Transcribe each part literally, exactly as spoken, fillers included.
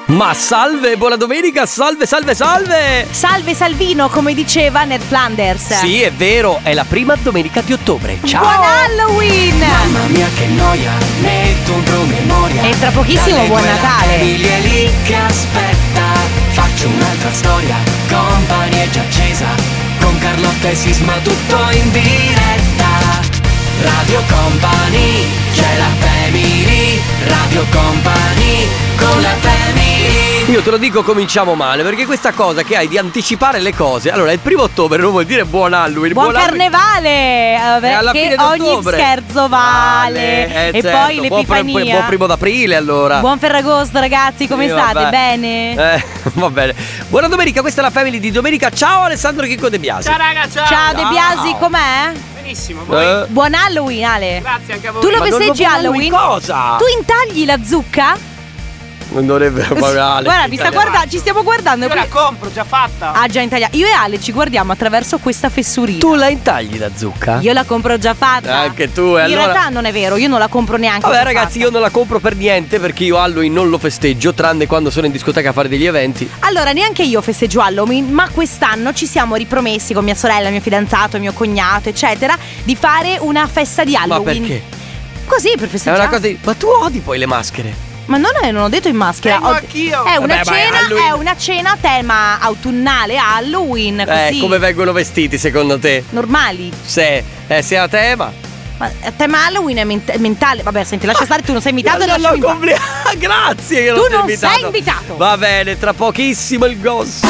Ma salve, buona domenica, salve, salve, salve! Salve Salvino, come diceva Ned Flanders. Sì, è vero, è la prima domenica di ottobre. Ciao! Buon Halloween! Mamma mia che noia, metto un promemoria. E tra pochissimo Dalle buon due Natale. La famiglia è lì che aspetta. Faccio un'altra storia, Company è già accesa. Con Carlotta e Sisma tutto in diretta. Radio Company, c'è la family. Radio Company, con la family. Io te lo dico, cominciamo male, perché questa cosa che hai di anticipare le cose. Allora, il primo ottobre non vuol dire buon Halloween. Buon, buon carnevale, Halloween. eh, alla che fine ogni d'ottobre scherzo vale. eh, E certo. poi buon, pre- l'Epifania. buon primo d'aprile, allora. Buon Ferragosto, ragazzi, come Sì, state? vabbè. Bene? Eh, va bene. Buona domenica, questa è la family di domenica. Ciao Alessandro Chicco De Biasi. Ciao raga, ciao. Ciao De Biasi, com'è? Benissimo, voi? Eh, Buon Halloween, Ale. Grazie anche a voi. Tu lo ma non festeggi buon Halloween? Cosa? Tu intagli la zucca? Non è vero, ma Ale. Guarda, mi sta guarda- ci stiamo guardando. Io la compro, già fatta. Ah, già intagliata. Io e Ale ci guardiamo attraverso questa fessurina. Tu la intagli la zucca? Io la compro già fatta. Anche tu, e In allora- realtà non è vero, io non la compro neanche. Vabbè già ragazzi, fatta. io non la compro per niente, perché io Halloween non lo festeggio, tranne quando sono in discoteca a fare degli eventi. Allora, neanche io festeggio Halloween, ma quest'anno ci siamo ripromessi con mia sorella, mio fidanzato, mio cognato, eccetera, di fare una festa di Ma Halloween. perché? Così, per È festeggiare. una cosa di... Ma tu odi poi le maschere? Ma non, è, non ho detto in maschera. Vengo Ho- anch'io. È una, Vabbè, ma è cena, Halloween. è una cena a tema autunnale, Halloween, così. Eh, come vengono vestiti secondo te? Normali. Se, eh, se a tema? Ma a tema Halloween è ment- mentale. Vabbè, senti, lascia stare, tu non sei invitato. No, no, lasciami in pace. compli- Grazie che Tu non sei non invitato. sei invitato. Va bene, tra pochissimo il gossip.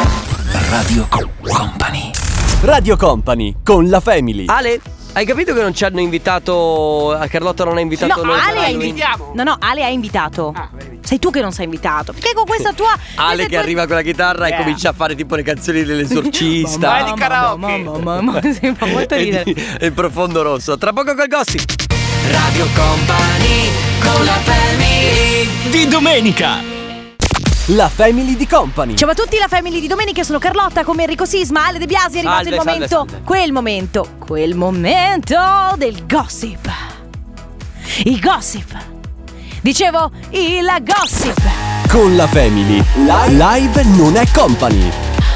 Radio Company. Radio Company con la family. Ale, hai capito che non ci hanno invitato? A Carlotta non ha invitato No, noi per Ale ha Halloween? invitato. No, no, Ale ha invitato. Ah, vedi. Sei tu che non sei invitato. Perché con questa tua. Ale queste che tue- arriva con la chitarra e Yeah. comincia a fare tipo le canzoni dell'esorcista. Vai di karaoke. Mamma, mamma, mamma, sì, fa molto E ridere. di- e il profondo rosso. Tra poco col gossip. Radio Company, con la family. Di domenica. La family di Company. Ciao a tutti, la family di domenica, sono Carlotta come Enrico Sisma, Ale De Biasi, è arrivato Salve, il salve, momento, salve. quel momento, quel momento del gossip. Il gossip. Dicevo, il gossip. Con la family. Live non è Company.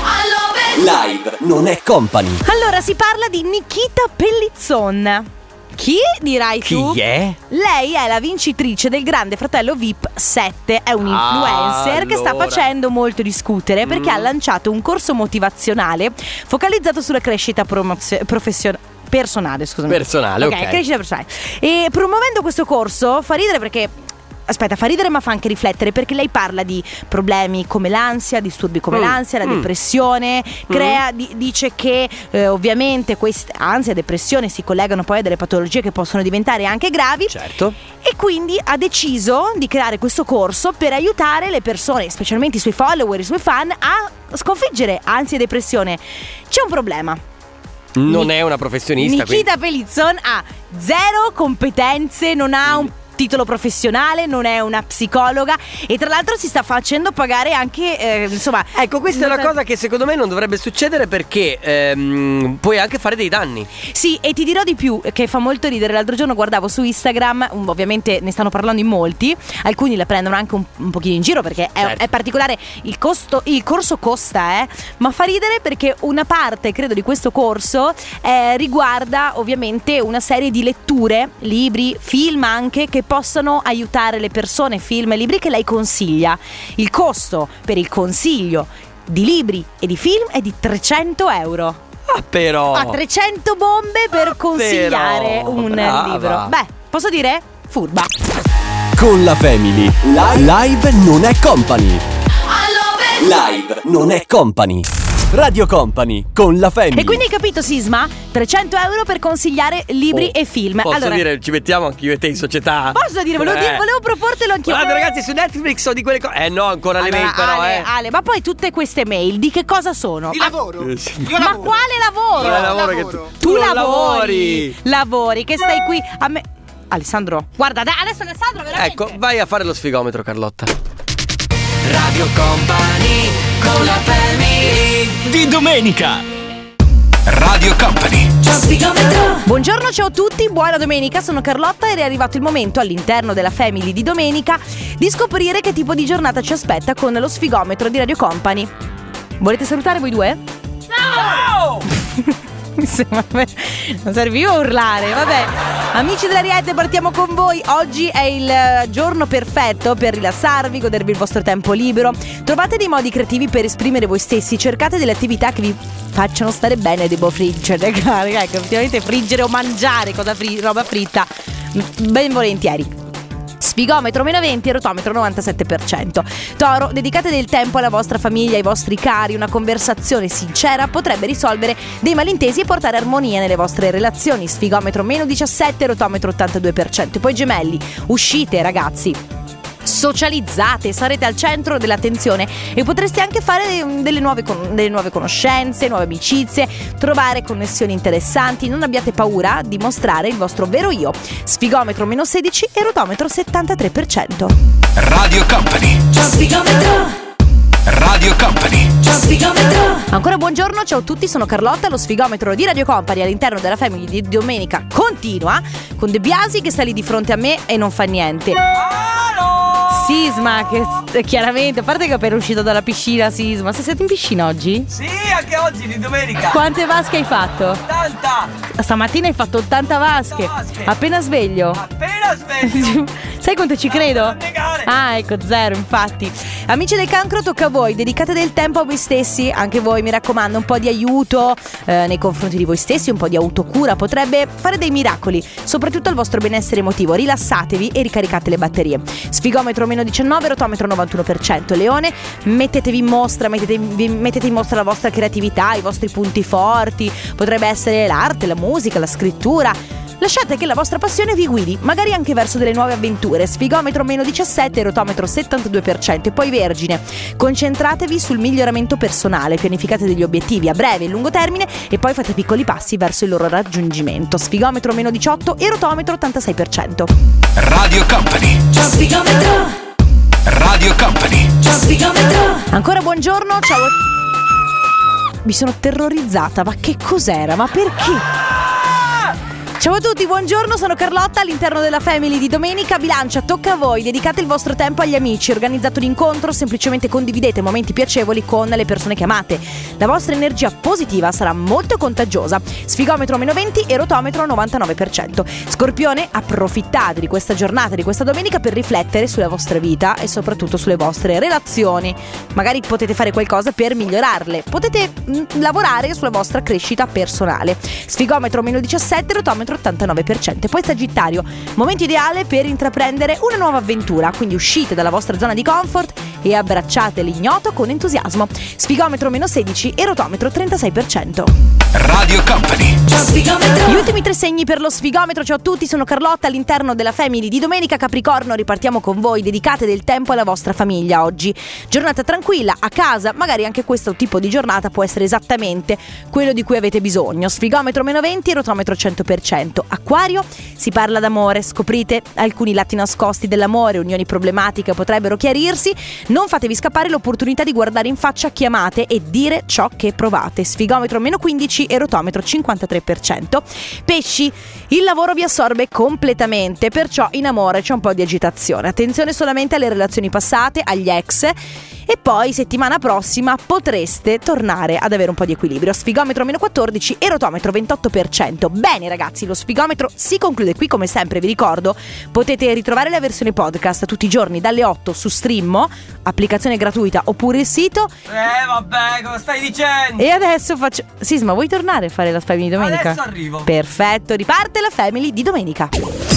Live non è Company. Allora, si parla di Nikita Pellizzon. Chi, dirai tu? Chi è? Lei è la vincitrice del Grande Fratello V I P sette, è un influencer Ah, che sta allora. facendo molto discutere perché Mm. ha lanciato un corso motivazionale focalizzato sulla crescita promozio- professionale. Personale, scusami. Personale, ok. crescita personale. E promuovendo questo corso fa ridere perché. Aspetta, fa ridere ma fa anche riflettere, perché lei parla di problemi come l'ansia, disturbi come Mm. l'ansia, la Mm. depressione, crea, di- dice che eh, ovviamente queste ansia e depressione si collegano poi a delle patologie che possono diventare anche gravi. Certo. E quindi ha deciso di creare questo corso per aiutare le persone, specialmente i suoi follower, i suoi fan, a sconfiggere ansia e depressione. C'è un problema. Non Ni- è una professionista. Nikita Pellizzon ha zero competenze, non ha un titolo professionale, non è una psicologa e tra l'altro si sta facendo pagare anche eh, insomma. Ecco, questa è una cosa che secondo me non dovrebbe succedere, perché ehm, puoi anche fare dei danni. Sì, e ti dirò di più, che fa molto ridere. L'altro giorno guardavo su Instagram, um, ovviamente ne stanno parlando in molti, alcuni la prendono anche un, un pochino in giro perché è, Certo. è particolare. Il costo, il corso costa, eh, ma fa ridere perché una parte, credo, di questo corso eh, riguarda ovviamente una serie di letture, libri, film anche, che possono aiutare le persone, film e libri che lei consiglia. Il costo per il consiglio di libri e di film è di trecento euro. Ah, però. Ha trecento bombe per Ah, consigliare però, un brava. libro. Beh, posso dire? Furba. Con la family. Live non è Company. Live non è Company. Radio Company con la family. E quindi hai capito, Sisma? trecento euro per consigliare libri Oh, e film. Posso Allora, dire, ci mettiamo anche io e te in società? posso dire, volevo, Eh. dire, volevo proportelo anch'io. Guardate ragazzi, su Netflix ho di quelle cose. Eh no, ancora le Allora, mail però, Ale, eh. Ale, ma poi tutte queste mail di che cosa sono? Di Ah, lavoro. Eh, sì. Io ma lavoro. quale lavoro? Quale Io lavoro che lavoro. tu, Tu non lavori. Lavori, che stai qui a me. Alessandro, guarda, dai, adesso Alessandro, veramente. Ecco, vai a fare lo sfigometro, Carlotta. Radio Company, con la family. Di domenica. Radio Company. Buongiorno, ciao a tutti, buona domenica, sono Carlotta ed è arrivato il momento all'interno della Family di domenica di scoprire che tipo di giornata ci aspetta con lo sfigometro di Radio Company. Volete salutare voi due? No! Non serviva urlare, vabbè. Amici dell'Ariete, partiamo con voi. Oggi è il giorno perfetto per rilassarvi, godervi il vostro tempo libero. Trovate dei modi creativi per esprimere voi stessi. Cercate delle attività che vi facciano stare bene. Devo friggere, ecco, effettivamente friggere o mangiare cosa fri- roba fritta, ben volentieri. Sfigometro meno venti e rotometro novantasette per cento. Toro, dedicate del tempo alla vostra famiglia, ai vostri cari. Una conversazione sincera potrebbe risolvere dei malintesi e portare armonia nelle vostre relazioni. Sfigometro meno diciassette e rotometro ottantadue per cento. E poi Gemelli, uscite ragazzi, socializzate, sarete al centro dell'attenzione e potreste anche fare delle nuove, con- delle nuove conoscenze, nuove amicizie, trovare connessioni interessanti. Non abbiate paura di mostrare il vostro vero io. Sfigometro meno sedici e rotometro settantatré per cento. Radio Company. Radio Company. Ancora buongiorno, ciao a tutti, sono Carlotta. Lo sfigometro di Radio Company all'interno della Family di domenica continua con De Biasi che sta lì di fronte a me e non fa niente. Sisma, che chiaramente, a parte che è appena uscito dalla piscina. Sisma, sei stato in piscina oggi? Sì, anche oggi di domenica. Quante vasche hai fatto? ottanta. Stamattina hai fatto ottanta vasche. vasche. Appena sveglio. Appena sveglio. Sai quanto ci credo? Non negare. Ah, ecco, zero, infatti. Amici del cancro, tocca a voi. Dedicate del tempo a voi stessi. Anche voi, mi raccomando, un po' di aiuto eh, nei confronti di voi stessi, un po' di autocura potrebbe fare dei miracoli, soprattutto al vostro benessere emotivo. Rilassatevi e ricaricate le batterie. Sfigometro meno diciannove, rotometro novantuno per cento. Leone, mettetevi in mostra, mettetevi, mettete in mostra la vostra creatività, i vostri punti forti. Potrebbe essere l'arte, la musica, la scrittura. Lasciate che la vostra passione vi guidi, magari anche verso delle nuove avventure. Sfigometro meno diciassette, rotometro settantadue per cento. E poi Vergine, concentratevi sul miglioramento personale, pianificate degli obiettivi a breve e lungo termine e poi fate piccoli passi verso il loro raggiungimento. Sfigometro meno diciotto e rotometro ottantasei per cento. Radio Company. Radio Company. Ancora buongiorno, ciao. Mi sono terrorizzata, ma che cos'era? Ma perché? Ciao a tutti, buongiorno, sono Carlotta all'interno della Family di domenica. Bilancia, tocca a voi, dedicate il vostro tempo agli amici, organizzate un incontro, semplicemente condividete momenti piacevoli con le persone che amate. La vostra energia positiva sarà molto contagiosa. Sfigometro meno venti e rotometro novantanove per cento. Scorpione, approfittate di questa giornata, di questa domenica per riflettere sulla vostra vita e soprattutto sulle vostre relazioni. Magari potete fare qualcosa per migliorarle, potete mh, lavorare sulla vostra crescita personale. Sfigometro meno diciassette, rotometro ottantanove per cento. E poi Sagittario, momento ideale per intraprendere una nuova avventura, quindi uscite dalla vostra zona di comfort e abbracciate l'ignoto con entusiasmo. Sfigometro meno sedici e rotometro trentasei per cento. Radio Company. Gli ultimi tre segni per lo sfigometro. Ciao a tutti, sono Carlotta all'interno della Family di domenica. Capricorno, ripartiamo con voi, dedicate del tempo alla vostra famiglia oggi. Giornata tranquilla, a casa, magari anche questo tipo di giornata può essere esattamente quello di cui avete bisogno. Sfigometro meno venti e rotometro cento per cento. Acquario, si parla d'amore, scoprite alcuni lati nascosti dell'amore, unioni problematiche potrebbero chiarirsi. Non fatevi scappare l'opportunità di guardare in faccia chi amate e dire ciò che provate. Sfigometro meno quindici e rotometro cinquantatré per cento. Pesci, il lavoro vi assorbe completamente, perciò in amore c'è un po' di agitazione. Attenzione solamente alle relazioni passate, agli ex. E poi settimana prossima potreste tornare ad avere un po' di equilibrio. Sfigometro meno quattordici e rotometro ventotto per cento. Bene ragazzi, lo sfigometro si conclude qui. Come sempre vi ricordo, potete ritrovare la versione podcast tutti i giorni dalle otto su Streammo, applicazione gratuita, oppure il sito. Eh vabbè, cosa stai dicendo? E adesso faccio... Sisma, vuoi tornare a fare la Family di domenica? Adesso arrivo. Perfetto, riparte la Family di domenica.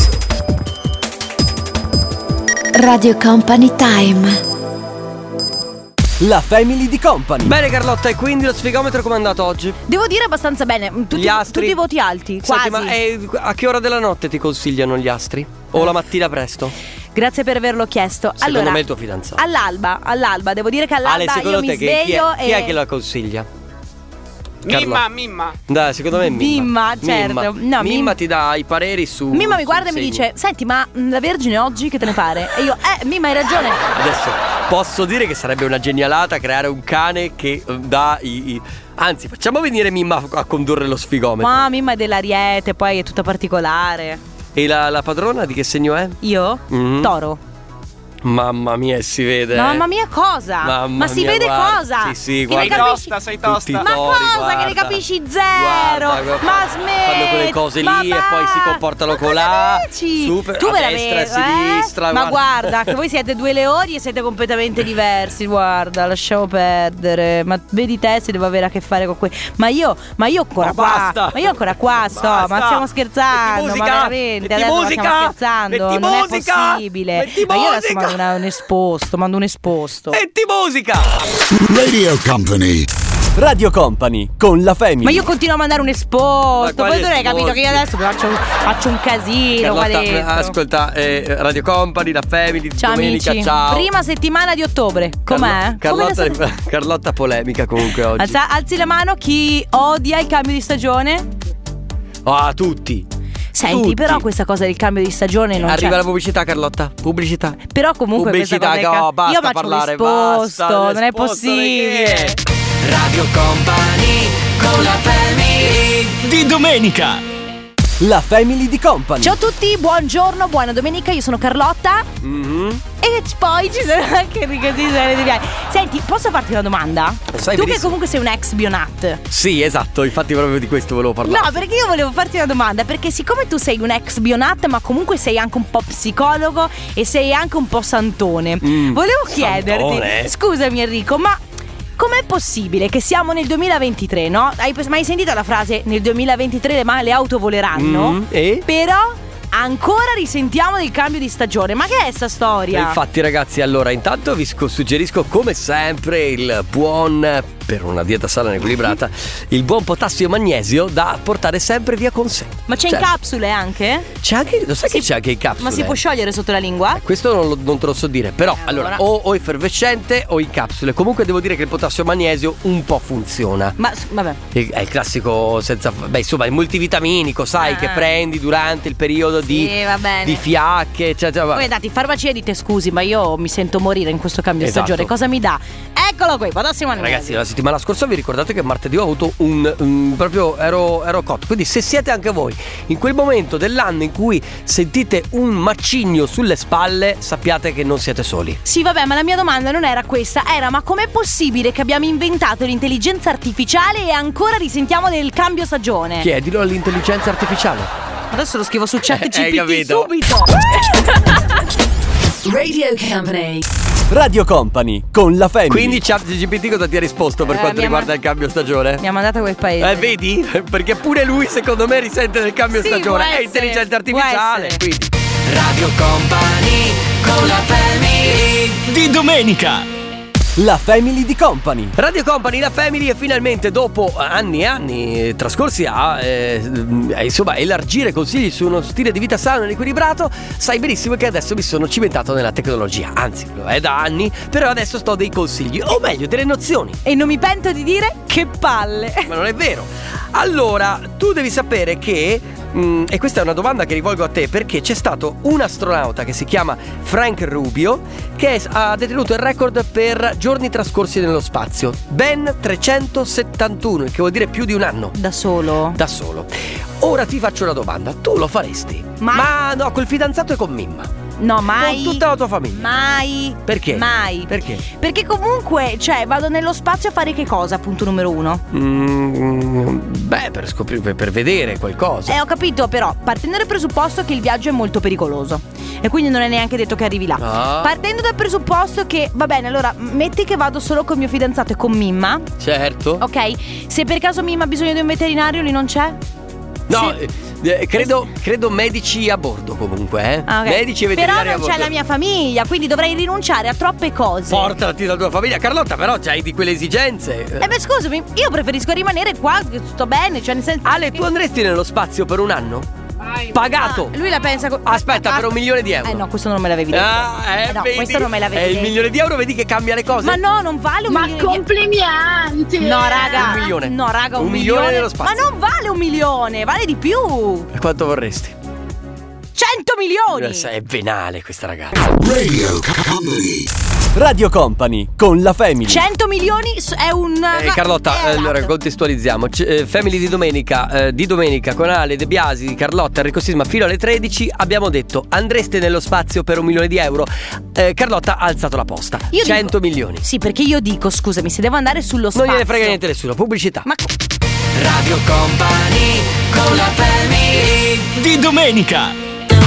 Radio Company Time. La Family di Company. Bene Carlotta, e quindi lo sfigometro com'è andato oggi? Devo dire abbastanza bene. Tutti, Gli astri? tutti voti alti, Senti, quasi. ma eh, a che ora della notte ti consigliano gli astri? O la mattina presto? Grazie per averlo chiesto. Secondo allora, me il tuo fidanzato. All'alba, all'alba, devo dire che all'alba Ale, secondo io te mi che, chi, sveglio è, chi e... è che la consiglia? Mimma, Mimma. Dai, secondo me è Mimma. Mimma, certo. No, Mimma, Mimma ti dà i pareri su. Mimma mi guarda e sul mi segno. dice: senti, ma mh, la Vergine oggi che te ne pare? E io, eh, Mimma hai ragione. Adesso posso dire che sarebbe una genialata creare un cane che eh, dà i, i... Anzi, facciamo venire Mimma a condurre lo sfigometro. Ma Mimma è dell'Ariete, poi è tutta particolare. E la, la padrona di che segno è? Io? Mm. Toro. Mamma mia, si vede. Mamma mia, cosa? Mamma ma si mia, vede guarda. cosa? Sì, sì, Che ne guarda. Sei capisci? tosta, sei Tutti tosta. Ma tori, cosa guarda. che ne capisci zero? Guarda, Ma smetti. fanno quelle cose lì ma e poi si comportano ma con cosa la dici? super Tu a veramente, destra e a sinistra, eh? Ma guarda. guarda che voi siete due leoni e siete completamente diversi. Guarda, lasciamo perdere. Ma vedi te se devo avere a che fare con que. Ma io, ma io ancora Ma qua. basta. Ma io ancora qua sto. Basta. Ma stiamo scherzando. Metti Ma musica. veramente Metti adesso musica. stiamo scherzando. Metti non musica. è possibile. Metti Ma io adesso musica. mando una- un esposto. Mando un esposto. Metti musica. Radio Company. Radio Company con la Family. Ma io continuo a mandare un Ma esposto. quali Poi tu non hai capito che io esposti? adesso faccio, faccio un casino qua Carlotta, dentro. ascolta, eh, Radio Company, la Family, Ciao domenica, amici. ciao. Prima settimana di ottobre. Com'è? Carlo- Come Carlotta, la sta- Carlotta polemica comunque oggi. Alza- alzi la mano chi odia il cambio di stagione. Ah, tutti. Senti, Tutti. però questa cosa del cambio di stagione non Arriva c'è. la pubblicità, Carlotta. Pubblicità. Però comunque Pubblicità, questa cosa del no, ca- basta io faccio parlare, un esposto, basta, non è l'esposto di possibile. che? Radio Company con la family. Di domenica. La Family di Company. Ciao a tutti, buongiorno, buona domenica, io sono Carlotta. Mhm. E poi ci sono anche Enrico Sisone di Viale. Senti, posso farti una domanda? Sai tu che benissimo. comunque sei un ex Bionat. Sì, esatto, infatti proprio di questo volevo parlare. No, perché io volevo farti una domanda. Perché siccome tu sei un ex Bionat, ma comunque sei anche un po' psicologo e sei anche un po' santone, Mm, volevo chiederti, santone? scusami Enrico, ma com'è possibile che siamo nel duemilaventitré, no? Hai mai sentito la frase nel duemilaventitré le, ma- le auto voleranno? Mm, e? Però ancora risentiamo del cambio di stagione. Ma che è sta E storia? infatti ragazzi, allora intanto vi sco- suggerisco come sempre il buon, per una dieta sana e equilibrata, il buon potassio e magnesio da portare sempre via con sé. Ma c'è Certo. in capsule anche? C'è anche, lo sai che c'è anche in capsule? Ma si può sciogliere sotto la lingua? Questo non, lo- non te lo so dire, però Eh, allora, allora. o, o effervescente o in capsule. Comunque devo dire che il potassio e magnesio un po' funziona. Ma vabbè. È è il classico senza. Beh, insomma, il multivitaminico, sai, Ah. che prendi durante il periodo di, Sì, va bene. di fiacche, eccetera. Voi andate in farmacia e dite scusi, ma io mi sento morire in questo cambio Esatto. stagione. Cosa mi dà? Eccolo qui, potassio magnesio. Ragazzi, la settimana scorsa vi ricordate che martedì ho avuto un, un- proprio ero, ero cotto. Quindi se siete anche voi in quel momento dell'anno in cui sentite un macigno sulle spalle, sappiate che non siete soli. Sì, vabbè, ma la mia domanda non era questa. Era, ma com'è possibile che abbiamo inventato l'intelligenza artificiale e ancora risentiamo del cambio stagione? Chiedilo all'intelligenza artificiale. Adesso lo scrivo su chat Eh, G hai P T capito? subito. Radio Company. Radio Company con la Family. Quindi ChatGPT cosa ti ha risposto per Eh, quanto mi ha riguarda ma- il cambio stagione? Mi ha mandato a quel paese. Eh, vedi? Perché pure lui secondo me risente del cambio Sì, stagione. può È essere, intelligenza può artificiale. essere. Quindi. Radio Company con la family. Di domenica. La Family di Company. Radio Company, la Family, e finalmente dopo anni e anni trascorsi a eh, eh, insomma elargire consigli su uno stile di vita sano e equilibrato, sai benissimo che adesso mi sono cimentato nella tecnologia. Anzi, lo è da anni, però adesso sto dei consigli, o meglio delle nozioni. E non mi pento di dire che palle. Ma non è vero. Allora, tu devi sapere che mm, e questa è una domanda che rivolgo a te, perché c'è stato un astronauta che si chiama Frank Rubio che è- ha detenuto il record per giorni trascorsi nello spazio, ben trecentosettantuno, il che vuol dire più di un anno Da solo? da solo. Ora ti faccio una domanda, tu lo faresti? Ma- Ma no, col fidanzato e con Mimma, No, mai. con tutta la tua famiglia. Mai. Perché? Mai. Perché? Perché comunque, cioè, vado nello spazio a fare che cosa, punto numero uno? Mm, beh, per scoprire, per, per vedere qualcosa. Eh, ho capito, però, partendo dal presupposto che il viaggio è molto pericoloso e quindi non è neanche detto che arrivi là. Ah. Partendo dal presupposto che, va bene, allora, metti che vado solo con mio fidanzato e con Mimma, Certo. ok? Se per caso Mimma ha bisogno di un veterinario, lì non c'è? No, Se- eh, eh, credo, credo medici a bordo comunque, eh. Ah, ok. Medici e Però veterinari a non bordo. c'è la mia famiglia, quindi dovrei rinunciare a troppe cose. Portati la tua famiglia. Carlotta, però c'hai di quelle esigenze. Eh beh, scusami, io preferisco rimanere qua, sto bene, cioè nel senso. Ale, tu andresti nello spazio per un anno? pagato. Ah, lui la pensa co- Aspetta, per un milione di euro. Eh no, questo non me l'avevi detto. Ah, eh, Eh no, vedi? questo non me l'avevi Eh, il detto. milione di euro vedi che cambia le cose? Ma no, non vale un Ma milione di complimenti! No, raga. Un milione. No, raga, un, Un milione nello spazio. Ma non vale un milione, vale di più. E quanto vorresti? cento milioni. Eh, È venale questa ragazza. Radio Company. Radio Company con la Family. cento milioni s- è un Eh, Carlotta, è allora alto. contestualizziamo. C- eh, Family di domenica, eh, di domenica con Ale De Biasi, Carlotta, Enrico Sisma fino alle tredici. Abbiamo detto andreste nello spazio per un milione di euro. Eh, Carlotta ha alzato la posta. Io cento dico- milioni. Sì, perché io dico, scusami, se devo andare sullo Non spazio. gliene frega niente a nessuno. Pubblicità. Ma Radio Company con la Family. Di domenica.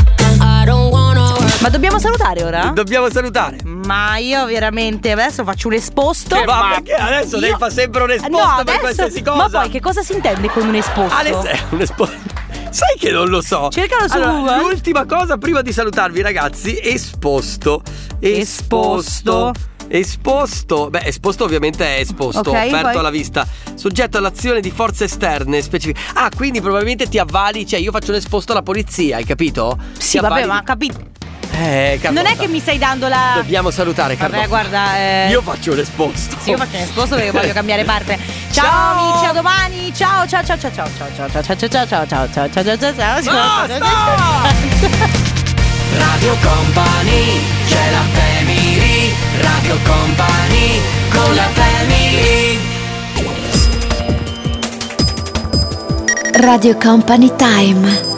Ma dobbiamo salutare ora? Dobbiamo salutare. Ma io veramente adesso faccio un esposto. Eh, ma perché adesso Io- lei fa sempre un esposto No, per adesso- qualsiasi cosa? Ma poi che cosa si intende con un esposto? Ale, è un esposto. Sai che non lo so. Cercalo su Allora, Google. l'ultima cosa prima di salutarvi, ragazzi. Esposto. Esposto. Esposto. Beh, esposto ovviamente è esposto, Ok, aperto poi? alla vista, soggetto all'azione di forze esterne specifiche. Ah, quindi probabilmente ti avvali, cioè io faccio un esposto alla polizia, hai capito? Sì, Ti vabbè, avvali ma di- capito. Eh, Carlotta, Non è che mi stai dando la. dobbiamo salutare, Vabbè, Carlotta. guarda, eh, Io faccio un esposto. Sì, io faccio un esposto perché voglio cambiare parte. Ciao, Ciao! amici, a domani. Ciao, ciao, ciao, ciao, ciao, ciao, ciao, ciao, ciao, ciao, ciao, ciao, ciao, ciao, ciao, ciao, ciao, ciao, ciao, Basta! Radio Company, c'è la Family. Radio Company con la Family. Radio Company Time.